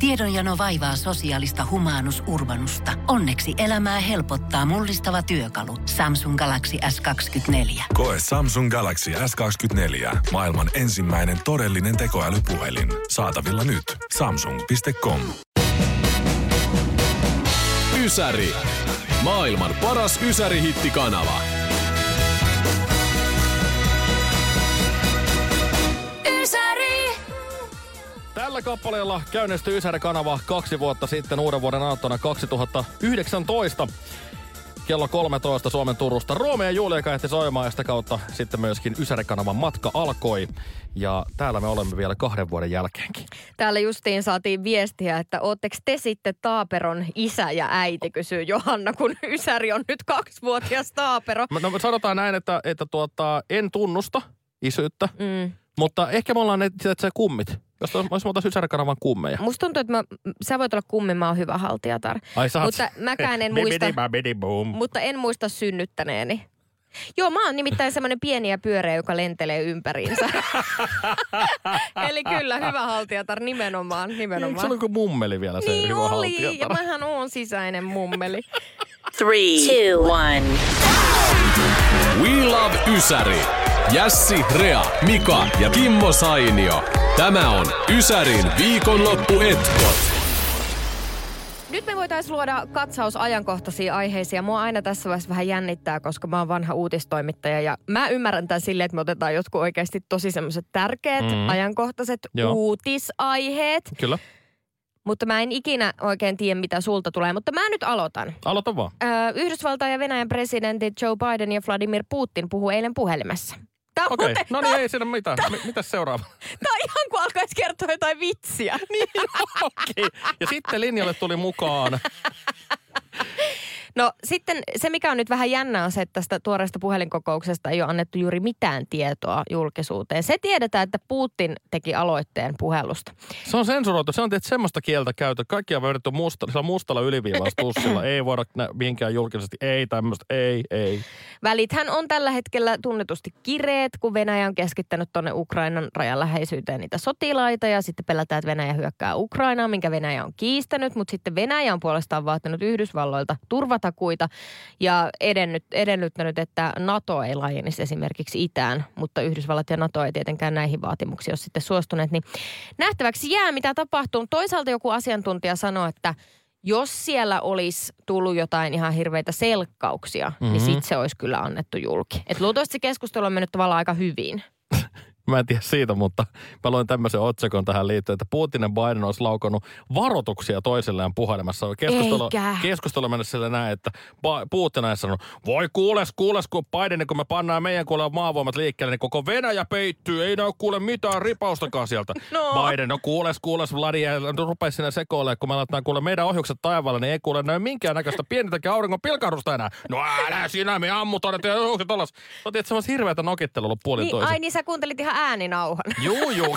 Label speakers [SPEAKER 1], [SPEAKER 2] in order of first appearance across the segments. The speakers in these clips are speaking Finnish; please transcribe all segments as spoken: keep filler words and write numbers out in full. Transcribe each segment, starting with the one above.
[SPEAKER 1] Tiedonjano vaivaa sosiaalista humanus urbanusta. Onneksi elämää helpottaa mullistava työkalu. Samsung Galaxy S kaksikymmentäneljä.
[SPEAKER 2] Koe Samsung Galaxy S kaksikymmentäneljä. Maailman ensimmäinen todellinen tekoälypuhelin. Saatavilla nyt. Samsung piste com.
[SPEAKER 3] Ysäri. Maailman paras Ysäri-hittikanava.
[SPEAKER 4] Tällä kappaleella käynnistyi Ysäri-kanava kaksi vuotta sitten uuden vuoden aattona kaksituhattayhdeksäntoista. Kello kolmetoista Suomen Turusta. Roome ja Julia ehti soimaan ja sitä kautta sitten myöskin Ysäri-kanavan matka alkoi. Ja täällä me olemme vielä kahden vuoden jälkeenkin.
[SPEAKER 5] Täällä justiin saatiin viestiä, että ootteko te sitten Taaperon isä ja äiti, kysyy Johanna, kun Ysäri on nyt kaksivuotias Taapero.
[SPEAKER 4] No, sanotaan näin, että, että tuota, en tunnusta isyyttä,
[SPEAKER 5] Mm.
[SPEAKER 4] mutta ehkä me ollaan ne, että se kummit. Jos olisi muuta Ysäri-kanavan kummeja.
[SPEAKER 5] Musta tuntuu, että mä, sä voit olla kummi, mä oon hyvä haltijatar.
[SPEAKER 4] Ai sä oot...
[SPEAKER 5] Mutta mäkään en muista, mutta en muista synnyttäneeni. Joo, mä oon nimittäin semmoinen pieni ja pyöreä, joka lentelee ympäriinsä. Eli kyllä, hyvä haltijatar, nimenomaan, nimenomaan.
[SPEAKER 4] Eikö se ole kuin mummeli vielä se
[SPEAKER 5] niin
[SPEAKER 4] hyvä
[SPEAKER 5] oli,
[SPEAKER 4] haltijatar?
[SPEAKER 5] ja mähän oon sisäinen mummeli.
[SPEAKER 1] Three, two, one.
[SPEAKER 3] We love Ysäri. Jässi, Rea, Mika ja Kimmo Sainio. Tämä on Ysärin viikonloppuetkot.
[SPEAKER 5] Nyt me voitaisiin luoda katsaus ajankohtaisia aiheisia. Mua aina tässä vaiheessa vähän jännittää, koska mä oon vanha uutistoimittaja. Ja mä ymmärrän tämän silleen, että me otetaan jotkut oikeasti tosi semmoiset tärkeät, mm. ajankohtaiset
[SPEAKER 4] Joo.
[SPEAKER 5] uutisaiheet.
[SPEAKER 4] Kyllä.
[SPEAKER 5] Mutta mä en ikinä oikein tiedä, mitä sulta tulee. Mutta mä nyt aloitan.
[SPEAKER 4] Aloita vaan.
[SPEAKER 5] Öö, Yhdysvaltain ja Venäjän presidentit Joe Biden ja Vladimir Putin puhuu eilen puhelimessa.
[SPEAKER 4] Okei, okay. no niin, ei siinä mitään. M- mitäs seuraava?
[SPEAKER 5] Tämä on ihan kuin alkaisi kertoa jotain vitsiä.
[SPEAKER 4] Niin, okei. Okay. Ja sitten linjalle tuli mukaan.
[SPEAKER 5] No sitten se, mikä on nyt vähän jännä, on se, että tästä tuoreesta puhelinkokouksesta ei ole annettu juuri mitään tietoa julkisuuteen. Se tiedetään, että Putin teki aloitteen puhelusta.
[SPEAKER 4] Se on sensuroitu. Se on tietysti semmoista kieltä käytä. Kaikkia on vedetty musta, mustalla yliviivaustussilla. Ei voida mihinkään julkisesti. Ei tämmöistä. Ei, ei.
[SPEAKER 5] Välithän on tällä hetkellä tunnetusti kireet, kun Venäjä on keskittänyt tuonne Ukrainan rajan läheisyyteen niitä sotilaita. Ja sitten pelätään, että Venäjä hyökkää Ukrainaan, minkä Venäjä on kiistänyt. Mutta sitten Venäjä on puolestaan vaatinut Yhdysvalloilta turvatakuita ja edennyt, edellyttänyt, että NATO ei laajenisi esimerkiksi itään, mutta Yhdysvallat ja NATO ei tietenkään näihin vaatimuksiin ole sitten suostuneet. Niin nähtäväksi jää, mitä tapahtuu. Toisaalta joku asiantuntija sanoi, että jos siellä olisi tullut jotain ihan hirveitä selkkauksia, mm-hmm. niin sitten se olisi kyllä annettu julki. Et luultavasti se keskustelu on mennyt tavallaan aika hyvin.
[SPEAKER 4] Mä en tiedä siitä, mutta mä luin tämmöisen otsikon tähän liittyen, että Putin ja Biden olisi laukonut varoituksia toisilleen puhelimessa. Keskustelu, keskustelu mennä sille näin, että Putin ei sanonut, voi kuules, kuules, kun Biden, kun me pannaan meidän kuule maavoimat liikkeelle, niin koko Venäjä peittyy, ei näy kuule mitään ripaustakaan sieltä. No. Biden, no kuules, kuules, Vladi, ja rupesi sinne sekoille, kun me laitetaan kuule meidän ohjukset taivaalla, niin ei kuule näy minkäännäköistä pienintäkin auringon pilkahdusta enää. No älä sinä, me ammutaan, että ohjukset alas. Sä oot semmoista hirveätä nokittelua ollut puolin
[SPEAKER 5] niin,
[SPEAKER 4] toisin.
[SPEAKER 5] Ai niin, sä kuuntelit ihan ääninauhan.
[SPEAKER 4] Juu, juu.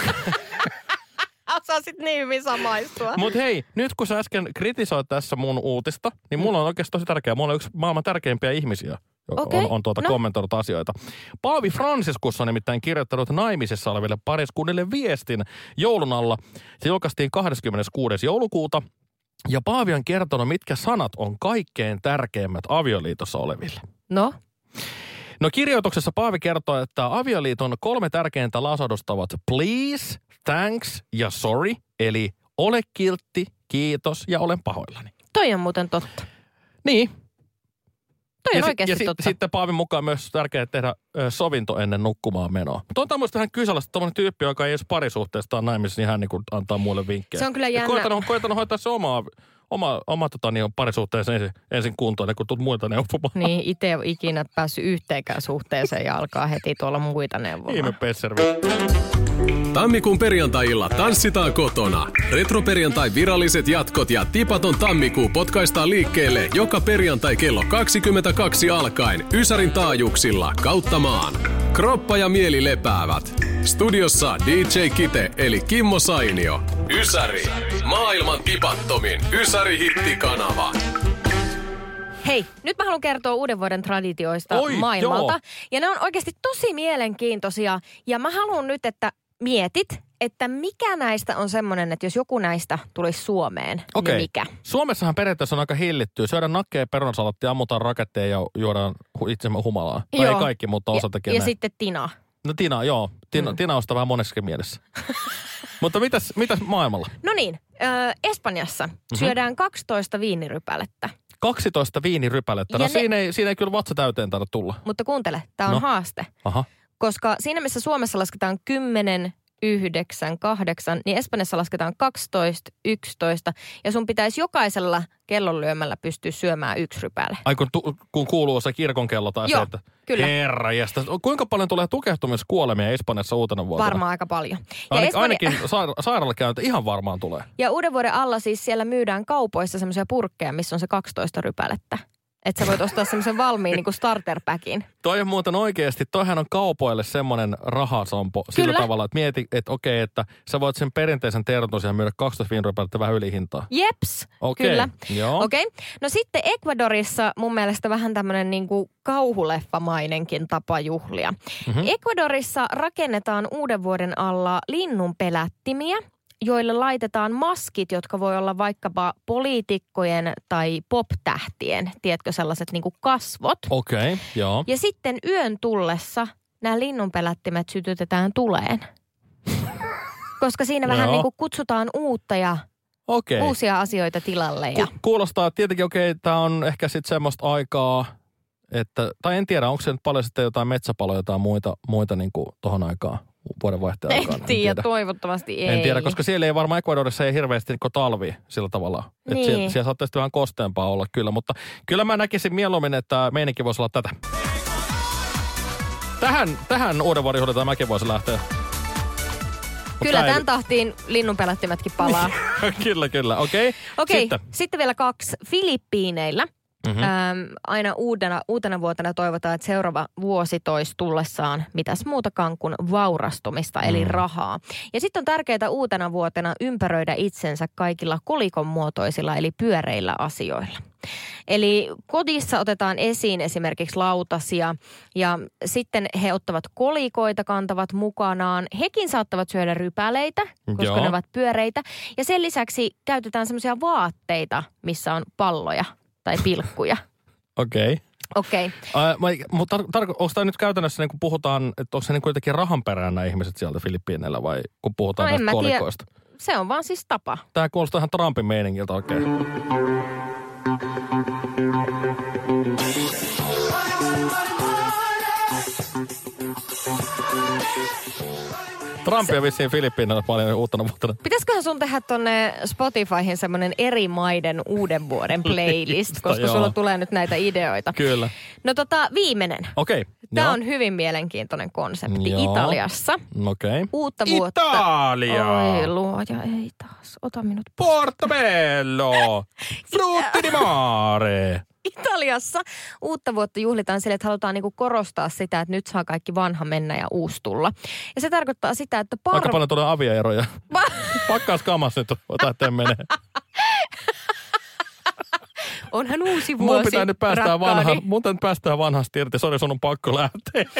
[SPEAKER 5] Osasit niin hyvin samaistua.
[SPEAKER 4] Mut hei, nyt kun sä äsken kritisoit tässä mun uutista, niin mulla on oikeasti tosi tärkeää. Mulla on yksi maailman tärkeimpiä ihmisiä, joka okay. on, on tuota no. kommentoinut asioita. Paavi Franciscus on nimittäin kirjoittanut naimisissa oleville pariskunnille viestin joulun alla. Se julkaistiin kahdeskymmeneskuudes joulukuuta. Ja Paavi on kertonut, mitkä sanat on kaikkein tärkeimmät avioliitossa oleville.
[SPEAKER 5] No?
[SPEAKER 4] No kirjoituksessa Paavi kertoo, että avioliiton kolme tärkeintä lausahdusta ovat please, thanks ja sorry. Eli ole kiltti, kiitos ja olen pahoillani.
[SPEAKER 5] Toi on muuten totta.
[SPEAKER 4] Niin.
[SPEAKER 5] Toi on
[SPEAKER 4] ja
[SPEAKER 5] oikeasti
[SPEAKER 4] si- ja
[SPEAKER 5] totta.
[SPEAKER 4] Si- sitten Paavin mukaan myös tärkeää tehdä ö, sovinto ennen nukkumaan menoa. Mutta on tämmöistä vähän kysellä, tommoinen tyyppi, joka ei edes parisuhteesta on naimisissa, niin hän niin kuin antaa muille vinkkejä.
[SPEAKER 5] Se on kyllä jännä.
[SPEAKER 4] Koitanut, koitanut hoitaa se omaa oma, oma tota, niin parisuhteeseen ensin, ensin kuntoon, kun tulet muita neuvomaan.
[SPEAKER 5] Niin, itse ei ole ikinä päässyt yhteenkään suhteeseen ja alkaa heti tuolla muita neuvomaan.
[SPEAKER 4] Ihme pesservi.
[SPEAKER 3] Tammikuun perjantai-illat tanssitaan kotona. Retroperjantai viralliset jatkot ja tipaton tammikuu potkaistaan liikkeelle joka perjantai kello kaksikymmentäkaksi alkaen Ysärin taajuuksilla kautta maan. Kroppa ja mieli lepäävät. Studiossa D J Kite eli Kimmo Sainio. Ysäri. Maailman tipattomin Ysäri-hittikanava.
[SPEAKER 5] Hei, nyt mä haluan kertoa uuden vuoden traditioista
[SPEAKER 4] Oi,
[SPEAKER 5] maailmalta.
[SPEAKER 4] joo.
[SPEAKER 5] Ja ne on oikeasti tosi mielenkiintoisia. Ja mä haluan nyt, että mietit, että mikä näistä on semmoinen, että jos joku näistä tulisi Suomeen,
[SPEAKER 4] Okei.
[SPEAKER 5] niin mikä?
[SPEAKER 4] Suomessahan periaatteessa on aika hillittyä. Syödään nakkeja, perunasalattia, ammutaan raketteja ja juodaan itsemme humalaa. Tai
[SPEAKER 5] Joo.
[SPEAKER 4] ei kaikki, mutta osa tekee
[SPEAKER 5] Ja
[SPEAKER 4] näin.
[SPEAKER 5] sitten Tina.
[SPEAKER 4] No Tina, joo. Tina, mm. Tina on sitä vähän monessakin mielessä. Mutta mitäs, mitäs maailmalla?
[SPEAKER 5] No niin, äh, Espanjassa mm-hmm. syödään kaksitoista viinirypälettä.
[SPEAKER 4] kaksitoista viinirypälettä. No
[SPEAKER 5] ne...
[SPEAKER 4] siinä, ei, siinä ei kyllä vatsa täyteen taida tulla.
[SPEAKER 5] Mutta kuuntele, tämä on
[SPEAKER 4] no.
[SPEAKER 5] haaste.
[SPEAKER 4] Aha.
[SPEAKER 5] Koska siinä, missä Suomessa lasketaan kymmenen, yhdeksän, kahdeksan, niin Espanjassa lasketaan kaksitoista, yksitoista. Ja sun pitäisi jokaisella kellonlyömällä pystyä syömään yksi rypäle.
[SPEAKER 4] Ai kun, tu, kun kuuluu se kirkonkello tai
[SPEAKER 5] Joo,
[SPEAKER 4] se, että
[SPEAKER 5] kyllä.
[SPEAKER 4] herra jästä. Kuinka paljon tulee tukehtumiskuolemia Espanjassa uutena vuotena?
[SPEAKER 5] Varmaan aika paljon.
[SPEAKER 4] Ain,
[SPEAKER 5] Espanja...
[SPEAKER 4] Ainakin saira- sairaalakäynti ihan varmaan tulee.
[SPEAKER 5] Ja uuden vuoden alla siis siellä myydään kaupoissa semmoisia purkkeja, missä on se kaksitoista rypälettä. Että sä voit ostaa semmoisen valmiin niin kuin starterpackin.
[SPEAKER 4] Toi on muuten oikeasti, toihan on kaupoille semmoinen rahasompo sillä
[SPEAKER 5] Kyllä.
[SPEAKER 4] tavalla, että mieti, että okei, että sä voit sen perinteisen tertosian myydä kaksitoista viinirypälettä vähän yli hintaa.
[SPEAKER 5] Jeps,
[SPEAKER 4] Okei,
[SPEAKER 5] kyllä.
[SPEAKER 4] joo.
[SPEAKER 5] Okei. No sitten Ecuadorissa mun mielestä vähän tämmöinen niin kuin kauhuleffamainenkin tapa juhlia.
[SPEAKER 4] Mm-hmm.
[SPEAKER 5] Ecuadorissa rakennetaan uuden vuoden alla linnunpelättimiä, joille laitetaan maskit, jotka voi olla vaikkapa poliitikkojen tai pop-tähtien, tiedätkö, sellaiset niin kuin kasvot.
[SPEAKER 4] Okei, okay, joo.
[SPEAKER 5] Ja sitten yön tullessa nämä linnunpelättimet sytytetään tuleen. Koska siinä vähän
[SPEAKER 4] Joo.
[SPEAKER 5] niin kuin kutsutaan uutta ja
[SPEAKER 4] okay.
[SPEAKER 5] uusia asioita tilalle. Ja...
[SPEAKER 4] Ku- kuulostaa tietenkin, okei, okay, tämä on ehkä sitten semmoista aikaa, että, tai en tiedä, onko se nyt paljon sitten jotain metsäpaloja tai muita, muita niin kuin tohon aikaan. Vuodenvaihteen
[SPEAKER 5] en
[SPEAKER 4] aikaan. En
[SPEAKER 5] tiedä,
[SPEAKER 4] tiedä,
[SPEAKER 5] toivottavasti ei.
[SPEAKER 4] En tiedä, koska siellä ei varmaan Ecuadorissa ei hirveästi niin talvi sillä tavalla.
[SPEAKER 5] Niin.
[SPEAKER 4] Että siellä, siellä saattaisi vähän kosteempaa olla kyllä, mutta kyllä mä näkisin mieluummin, että meininkin voisi olla tätä. Tähän, tähän uuden vuoden juhlitaan mäkin voisi lähteä.
[SPEAKER 5] Kyllä
[SPEAKER 4] ei...
[SPEAKER 5] tämän tahtiin linnunpelättimätkin palaa.
[SPEAKER 4] kyllä, kyllä. Okei. Okay.
[SPEAKER 5] Okei,
[SPEAKER 4] Sitten.
[SPEAKER 5] sitten vielä kaksi. Filippiineillä.
[SPEAKER 4] Mm-hmm.
[SPEAKER 5] Ähm, aina uudena, uutena vuotena toivotaan, että seuraava vuosi toisi tullessaan mitäs muutakaan kuin vaurastumista, eli
[SPEAKER 4] Mm.
[SPEAKER 5] rahaa. Ja sitten on tärkeää uutena vuotena ympäröidä itsensä kaikilla kolikon muotoisilla, eli pyöreillä asioilla. Eli kodissa otetaan esiin esimerkiksi lautasia ja sitten he ottavat kolikoita, kantavat mukanaan. Hekin saattavat syödä rypäleitä, koska
[SPEAKER 4] Joo.
[SPEAKER 5] ne ovat pyöreitä. Ja sen lisäksi käytetään semmoisia vaatteita, missä on palloja tai pilkkuja.
[SPEAKER 4] Okei. Okay.
[SPEAKER 5] Okei.
[SPEAKER 4] Okay. Mutta tar- tar- onko tämä nyt käytännössä, niin kun puhutaan, että onko se niin jotenkin rahan perään nämä ihmiset sieltä Filippiineillä vai kun puhutaan
[SPEAKER 5] No
[SPEAKER 4] näistä kolikoista?
[SPEAKER 5] Tiedä. Se on vaan siis tapa.
[SPEAKER 4] Tämä kuulostaa ihan Trumpin meiningiltä oikein. Trumpia vissiin Filippiineillä paljon uutena vuotena.
[SPEAKER 5] Pitäisiköhän sun tehdä tonne Spotifyhin semmoinen eri maiden uuden vuoden playlist, koska
[SPEAKER 4] joo.
[SPEAKER 5] sulla tulee nyt näitä ideoita.
[SPEAKER 4] Kyllä.
[SPEAKER 5] No tota, viimeinen.
[SPEAKER 4] Okei. Okay.
[SPEAKER 5] Tämä on hyvin mielenkiintoinen konsepti.
[SPEAKER 4] Joo.
[SPEAKER 5] Italiassa.
[SPEAKER 4] Okei. Okay.
[SPEAKER 5] Uutta vuotta.
[SPEAKER 4] Italia!
[SPEAKER 5] Oi luoja, ei taas. Ota minut.
[SPEAKER 4] Portobello! Frutti di mare!
[SPEAKER 5] Italiassa uutta vuotta juhlitaan sille, että halutaan niinku korostaa sitä, että nyt saa kaikki vanha mennä ja uusi tulla. Ja se tarkoittaa sitä, että par...
[SPEAKER 4] Aika paljon tulee avioeroja. Pakkaas kamas nyt, ota ettei mene.
[SPEAKER 5] Onhan uusi vuosi,
[SPEAKER 4] Mun pitää nyt päästää
[SPEAKER 5] rakkaani.
[SPEAKER 4] vanhan, mun pitää nyt päästää vanhasta irti. Sori, sun on pakko lähteä.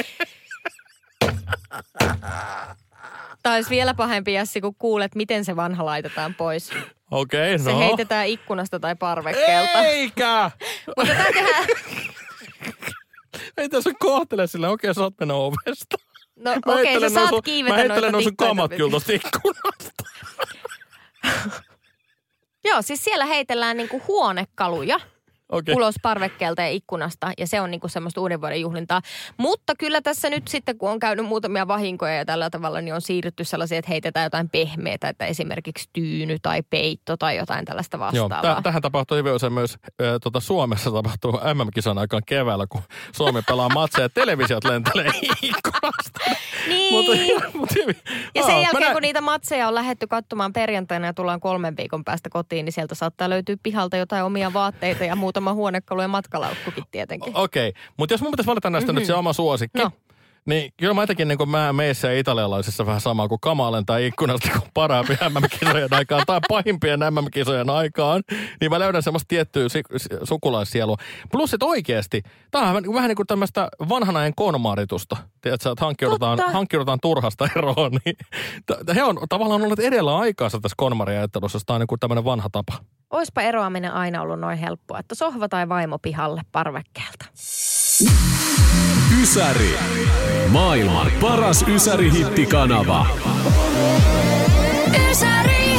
[SPEAKER 5] Tai olisi vielä pahempi, Jassi, kun kuulet, miten se vanha laitetaan pois.
[SPEAKER 4] Okei, okay,
[SPEAKER 5] Se
[SPEAKER 4] no.
[SPEAKER 5] heitetään ikkunasta tai parvekkeelta.
[SPEAKER 4] Eikä!
[SPEAKER 5] Mutta tämä tehdään...
[SPEAKER 4] Ei tässä kohtele sille, okei, okay, saat mennä ovesta.
[SPEAKER 5] No okei, okay, sä saat kiivetä
[SPEAKER 4] Mä heittelen
[SPEAKER 5] noita
[SPEAKER 4] sun kamat
[SPEAKER 5] tikkaita.
[SPEAKER 4] kyllä tosta ikkunasta.
[SPEAKER 5] Joo, siis siellä heitellään niinku huonekaluja
[SPEAKER 4] Okay.
[SPEAKER 5] ulos parvekkeelta ja ikkunasta. Ja se on niinku semmoista uuden vuoden juhlintaa. Mutta kyllä tässä nyt sitten, kun on käynyt muutamia vahinkoja ja tällä tavalla, niin on siirrytty sellaisia, että heitetään jotain pehmeätä, että esimerkiksi tyyny tai peitto tai jotain tällaista vastaavaa.
[SPEAKER 4] Joo, t- tähän tapahtuu hyvin usein myös äh, tota Suomessa tapahtuu M M-kisan aikaan keväällä, kun Suomi pelaa matseja ja televisiot lentelee ikkunasta.
[SPEAKER 5] Niin.
[SPEAKER 4] Mutta, mutta,
[SPEAKER 5] Ja sen
[SPEAKER 4] aa,
[SPEAKER 5] jälkeen,
[SPEAKER 4] nä-
[SPEAKER 5] kun niitä matseja on lähdetty katsomaan perjantaina ja tullaan kolmen viikon päästä kotiin, niin sieltä saattaa löytyä pihalta jotain omia vaatteita ja muutama huonekalu ja matkalaukkukin tietenkin.
[SPEAKER 4] Okei, okay. Mutta jos mun pitäisi valita näistä mm-hmm. nyt se oma suosikki,
[SPEAKER 5] No.
[SPEAKER 4] Niin, kyllä mä jotenkin niin kuin mä meissä ja italialaisissa vähän sama kuin kamalen tai ikkunasta, kun parhaimpien M M-kisojen aikaan tai pahimpien M M-kisojen aikaan, niin mä löydän semmoista tiettyä sukulaissielua. Plus, että oikeasti, tää on vähän niin kuin tämmöistä vanhan ajan konmaritusta. Tiedätkö, että hankkiudutaan, hankkiudutaan turhasta eroon, niin t- he on tavallaan olleet edellä aikaansa tässä konmariajattelussa, tämä on niin kuin tämmöinen vanha tapa.
[SPEAKER 5] Oispa eroaminen aina ollut noin helppoa, että sohva tai vaimo pihalle parvekkeelta.
[SPEAKER 3] Ysäri. Maailman paras Ysäri-hittikanava.
[SPEAKER 5] Ysäri!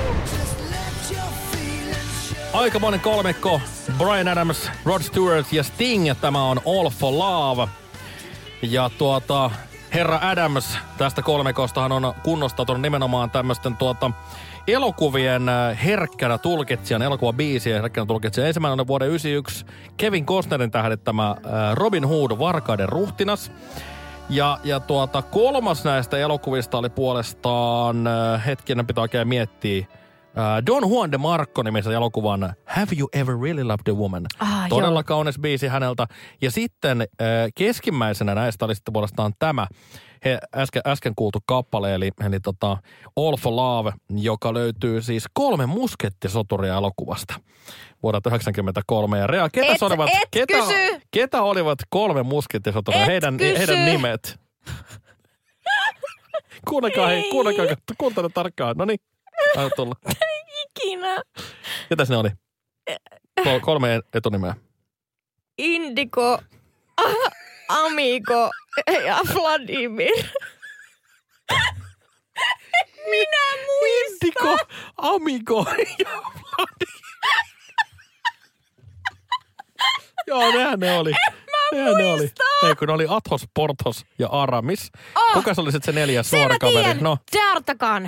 [SPEAKER 4] Aikamoinen kolmikko. Bryan Adams, Rod Stewart ja Sting. Tämä on All for Love. Ja tuota, herra Adams tästä kolmikostahan on kunnostautunut nimenomaan tämmöisten tuota elokuvien herkkänä tulkitsijan, elokuvabiisien herkkänä tulkitsijan. Ensimmäinen on vuoden yhdeksänkymmentäyksi Kevin Costnerin tähdittämä Robin Hood, Varkaiden ruhtinas. Ja, ja tuota, kolmas näistä elokuvista oli puolestaan, hetkinen pitää oikein miettiä, Don Juan de Marco nimisen elokuvan Have You Ever Really Loved a Woman? Ah, Todella joo. kaunis biisi häneltä. Ja sitten keskimmäisenä näistä oli sitten puolestaan tämä he äsken, äsken kuultu kappale, eli, eli tota All for Love, joka löytyy siis Kolme muskettisoturia elokuvasta vuodelta yhdeksänkymmentäkolme. Ja Rea, ketä
[SPEAKER 5] et,
[SPEAKER 4] olivat,
[SPEAKER 5] et
[SPEAKER 4] ketä,
[SPEAKER 5] kysy.
[SPEAKER 4] ketä olivat kolme muskettisoturia? Heidän, heidän nimet. Kuunnelkaa, hei, kuunnelkaa, kuuntele tarkkaan. No niin, aina tulla.
[SPEAKER 5] Ikinä.
[SPEAKER 4] Ketäs ne oli? Kol- kolme etunimeä.
[SPEAKER 5] Indigo, Amigo ja Vladimir. Minä muistan.
[SPEAKER 4] Indigo, Amigo ja Vladimir. Joo, nehän ne oli.
[SPEAKER 5] En mä
[SPEAKER 4] nehän
[SPEAKER 5] muista.
[SPEAKER 4] Ne oli. Ei, kun ne oli Athos, Porthos ja Aramis. Oh, kuka se oli sitten se neljäs nuori kaveri? No.
[SPEAKER 5] D'Artagnan.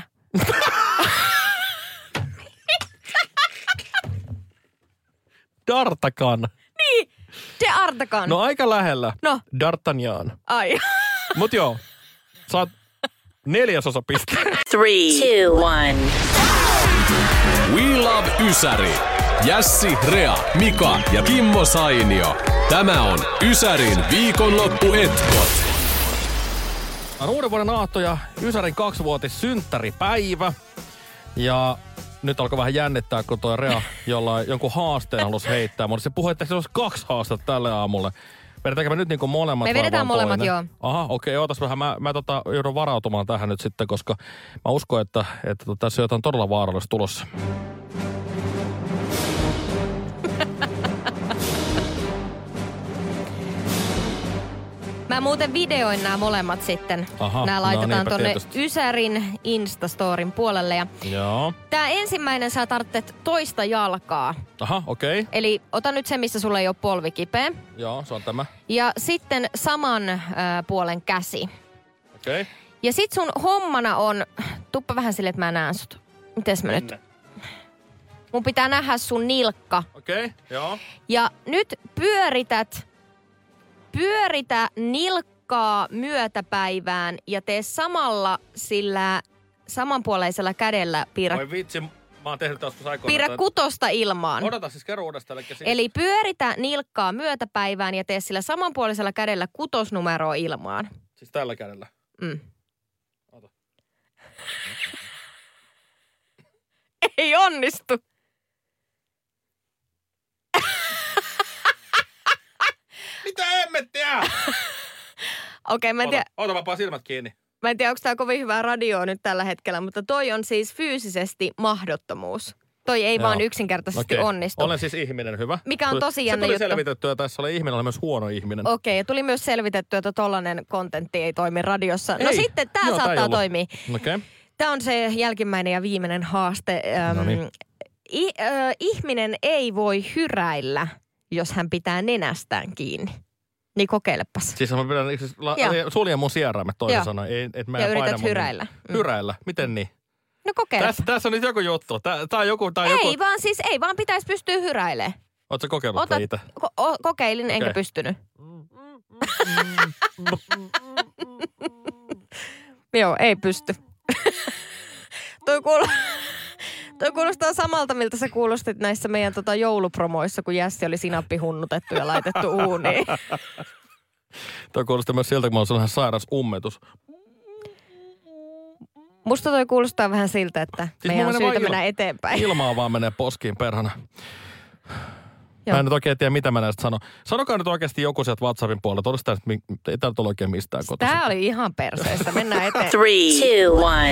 [SPEAKER 4] D'Artagnan.
[SPEAKER 5] Niin, D'Artagnan.
[SPEAKER 4] No aika lähellä.
[SPEAKER 5] No.
[SPEAKER 4] D'Artagnan.
[SPEAKER 5] Ai.
[SPEAKER 4] Mut joo, saat neljäsosa pisteen.
[SPEAKER 1] Three, two, one.
[SPEAKER 3] We Love Ysäri. Jässi, Rea, Mika ja Kimmo Sainio. Tämä on Ysärin viikonloppuetkot.
[SPEAKER 4] On uuden vuoden aatto ja Ysärin kaksivuotis synttäripäivä. Ja nyt alkoi vähän jännittää, kun toi Rea jollain jonkun haasteen halusi heittää. Mutta se puhui, että se olisi kaksi haastetta tälle aamulle. Vedetäänkö me nyt niin kuin molemmat?
[SPEAKER 5] Me vedetään molemmat, toinen? Joo.
[SPEAKER 4] Aha, okei, okay, ootas vähän. Mä, mä tota, joudun varautumaan tähän nyt sitten, koska mä uskon, että, että tässä on jotain todella vaarallista tulossa.
[SPEAKER 5] Mä muuten videoin nämä molemmat sitten.
[SPEAKER 4] Aha,
[SPEAKER 5] nämä laitetaan
[SPEAKER 4] no,
[SPEAKER 5] tonne
[SPEAKER 4] tietysti.
[SPEAKER 5] Ysärin Instastorin puolelle. Ja
[SPEAKER 4] joo.
[SPEAKER 5] tää ensimmäinen sä tarvitset toista jalkaa.
[SPEAKER 4] Aha, okei. Okay.
[SPEAKER 5] Eli ota nyt se, missä sulla ei ole polvi kipeä.
[SPEAKER 4] Joo, se on tämä.
[SPEAKER 5] Ja sitten saman äh, puolen käsi.
[SPEAKER 4] Okei. Okay.
[SPEAKER 5] Ja sit sun hommana on, tuppa vähän silleen, että mä näen sut. Mites mä nyt? Mun pitää nähdä sun nilkka.
[SPEAKER 4] Okei, okay, joo.
[SPEAKER 5] Ja nyt pyörität, pyöritä nilkkaa myötäpäivään ja tee samalla sillä samanpuoleisella kädellä piirrä,
[SPEAKER 4] Oi vitsi, mä oon tehnyt joskus aikoina.
[SPEAKER 5] piirrä kutosta ilmaan.
[SPEAKER 4] Odota siis, kerro uudestaan. Eli, siis...
[SPEAKER 5] Eli pyöritä nilkkaa myötäpäivään ja tee sillä samanpuoleisella kädellä kutosnumeroa ilmaan.
[SPEAKER 4] Siis tällä kädellä?
[SPEAKER 5] Mm.
[SPEAKER 4] Ota.
[SPEAKER 5] Ei onnistu.
[SPEAKER 4] Mitä hemmettiä?
[SPEAKER 5] Okei, okay, mä en tiedä.
[SPEAKER 4] Ota, ota vapaa silmät kiinni.
[SPEAKER 5] Mä en tiedä, onko tää kovin hyvää radioa nyt tällä hetkellä, mutta toi on siis fyysisesti mahdottomuus. Toi ei Joo. vaan yksinkertaisesti okay. onnistu.
[SPEAKER 4] Olen siis ihminen, hyvä.
[SPEAKER 5] Mikä on tosi jännä
[SPEAKER 4] juttu. Se tuli
[SPEAKER 5] juttu.
[SPEAKER 4] selvitettyä, että tässä oli ihminen, oli myös huono ihminen.
[SPEAKER 5] Okei, okay, ja tuli myös selvitettyä, että tollainen kontentti ei toimi radiossa. Ei. No sitten tää
[SPEAKER 4] Joo,
[SPEAKER 5] saattaa
[SPEAKER 4] tää
[SPEAKER 5] toimia.
[SPEAKER 4] Okei. Okay.
[SPEAKER 5] Tää on se jälkimmäinen ja viimeinen haaste. Ähm,
[SPEAKER 4] Noniin.
[SPEAKER 5] I, äh, ihminen ei voi hyräillä, jos hän pitää nenästään kiinni. Niin kokeilepas.
[SPEAKER 4] Siis mä pidän, siis la, sulje mun sieraimet toisin sanoen. Ei, et mä
[SPEAKER 5] ja
[SPEAKER 4] en
[SPEAKER 5] yrität
[SPEAKER 4] mun
[SPEAKER 5] hyräillä.
[SPEAKER 4] Mm. Hyräillä? Miten niin?
[SPEAKER 5] No kokeilepa.
[SPEAKER 4] Tässä, tässä on nyt joku juttu. Tää, tää on joku, tää on
[SPEAKER 5] ei
[SPEAKER 4] joku...
[SPEAKER 5] vaan siis, ei vaan pitäisi pystyä hyräilemään.
[SPEAKER 4] Ootko sä kokeillut
[SPEAKER 5] Ota,
[SPEAKER 4] itse?
[SPEAKER 5] Ko- kokeilin, okay. Enkä pystynyt. Joo, ei pysty. Toi kuul... Toi kuulostaa samalta, miltä sä kuulostit näissä meidän tota joulupromoissa, kun Jässi oli sinappi hunnutettu ja laitettu uuniin.
[SPEAKER 4] Toi kuulostaa myös siltä, kun mä oon sellainen sairas ummetus.
[SPEAKER 5] Musta toi kuulostaa vähän siltä, että siis meidän on syytä mennä il- eteenpäin.
[SPEAKER 4] Ilmaa vaan menee poskiin perhana. Joo. Mä en nyt oikein tiedä, mitä mä näistä sanon. Sanokaa nyt oikeasti joku sieltä WhatsAppin puolelta. Olisi tämä, ei täällä tule oikein mistään kotoisin.
[SPEAKER 5] Tää oli ihan perseestä. Mennään eteenpäin.
[SPEAKER 1] Three, two, one.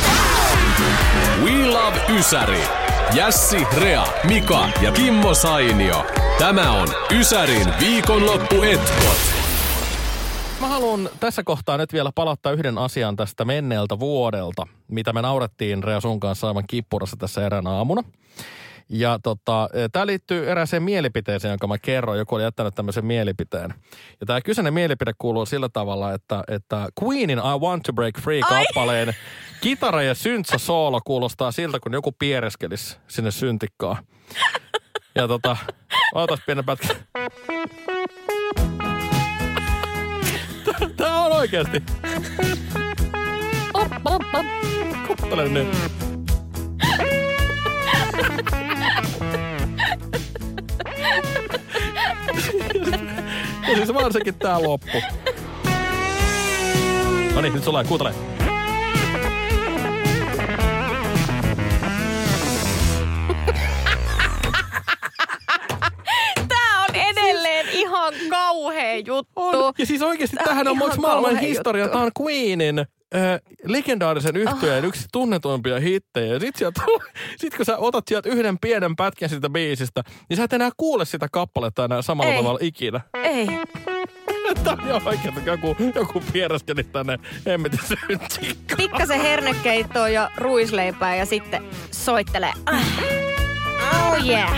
[SPEAKER 3] We love Ysäri. Jässi, Rea, Mika ja Kimmo Sainio. Tämä on Ysärin viikonloppuetkot.
[SPEAKER 4] Mä haluan tässä kohtaa nyt vielä palauttaa yhden asian tästä menneeltä vuodelta, mitä me naurettiin Rea sun kanssa aivan kippurassa tässä eräänä aamuna. Ja tota, tämä liittyy erääseen mielipiteeseen, jonka mä kerroin. Joku oli jättänyt tämmöisen mielipiteen. Ja tämä kyseinen mielipide kuuluu sillä tavalla, että, että Queenin I Want to Break Free-kappaleen kitara ja syntsä soolo kuulostaa siltä, kun joku piereskelisi sinne syntikkaan. Ja tota, otas pienen pätkä. Tää on oikeasti. Kuuntele nyt. Ja siis varsinkin tää loppu. No niin, nyt sulla ei kuuntele.
[SPEAKER 5] Tää on edelleen ihan kauhea juttu.
[SPEAKER 4] On. Ja siis oikeesti tämähän on maailman historia. Tää on Queenin äh, legendaarisen yhtyeen yksi tunnetuimpia hittejä. Ja sit, sieltä, sit kun sä otat sieltä yhden pienen pätkän siitä biisistä, niin sä et enää kuule sitä kappaletta enää samalla Ei. tavalla ikinä.
[SPEAKER 5] Ei.
[SPEAKER 4] Tämä on ihan oikein, että joku, joku piereskeli tänne hemmetin syntikkaan.
[SPEAKER 5] Pikkasen hernekeittoa ja ruisleipää ja sitten soittelee. Oh yeah.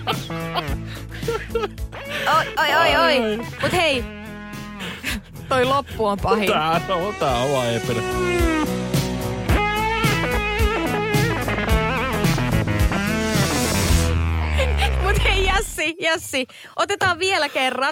[SPEAKER 5] Oi, oi, oi, oi. Mut hei, toi loppu on pahin.
[SPEAKER 4] Tää on, tää on vaan epinen.
[SPEAKER 5] Mut hei Jässi, Jässi, otetaan vielä kerran.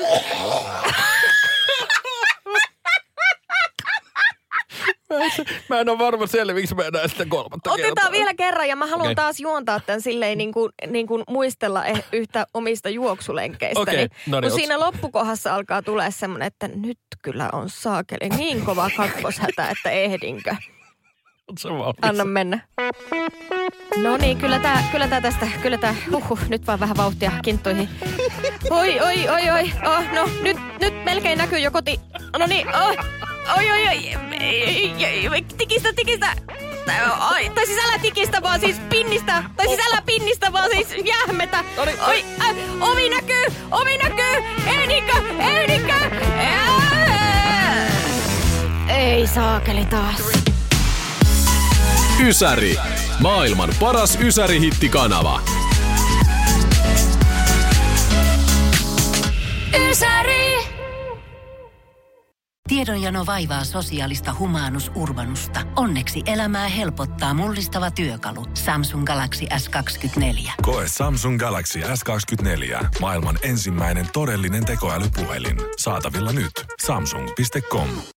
[SPEAKER 4] Mä en, mä en ole varma selviiksi mennään sitä kolmatta
[SPEAKER 5] Otetaan
[SPEAKER 4] kertaa.
[SPEAKER 5] vielä kerran ja mä haluan okay. taas juontaa tämän silleen niin kuin, niin kuin muistella eh, yhtä omista juoksulenkeistä.
[SPEAKER 4] Okay.
[SPEAKER 5] Niin,
[SPEAKER 4] no niin,
[SPEAKER 5] kun siinä loppukohdassa alkaa tulee semmoinen, että nyt kyllä on saakeli niin kova kakkoshätä, että ehdinkö. Anna mennä. No niin, kyllä tää, kyllä tää tästä, kyllä tää, huhhuh, nyt vaan vähän vauhtia kinttuihin. Oi, oi, oi, oi, oh, no nyt, nyt melkein näkyy jo koti. No niin, oh, oi, oi, oi, tikistä, tikistä. Oi, tai siis älä tikistä, vaan siis pinnistä. Tai siis älä pinnistä, vaan siis jähmetä. Oi, äh, ovi näkyy, ovi näkyy. Ehdinkö, ehdinkö. Äh. Ei saakeli taas.
[SPEAKER 3] Ysäri. Maailman paras Ysäri-hittikanava.
[SPEAKER 1] Ysäri! Tiedonjano vaivaa sosiaalista humanus urbanusta. Onneksi elämää helpottaa mullistava työkalu. Samsung Galaxy S kaksikymmentäneljä.
[SPEAKER 2] Koe Samsung Galaxy S kaksikymmentäneljä. Maailman ensimmäinen todellinen tekoälypuhelin. Saatavilla nyt. Samsung piste com.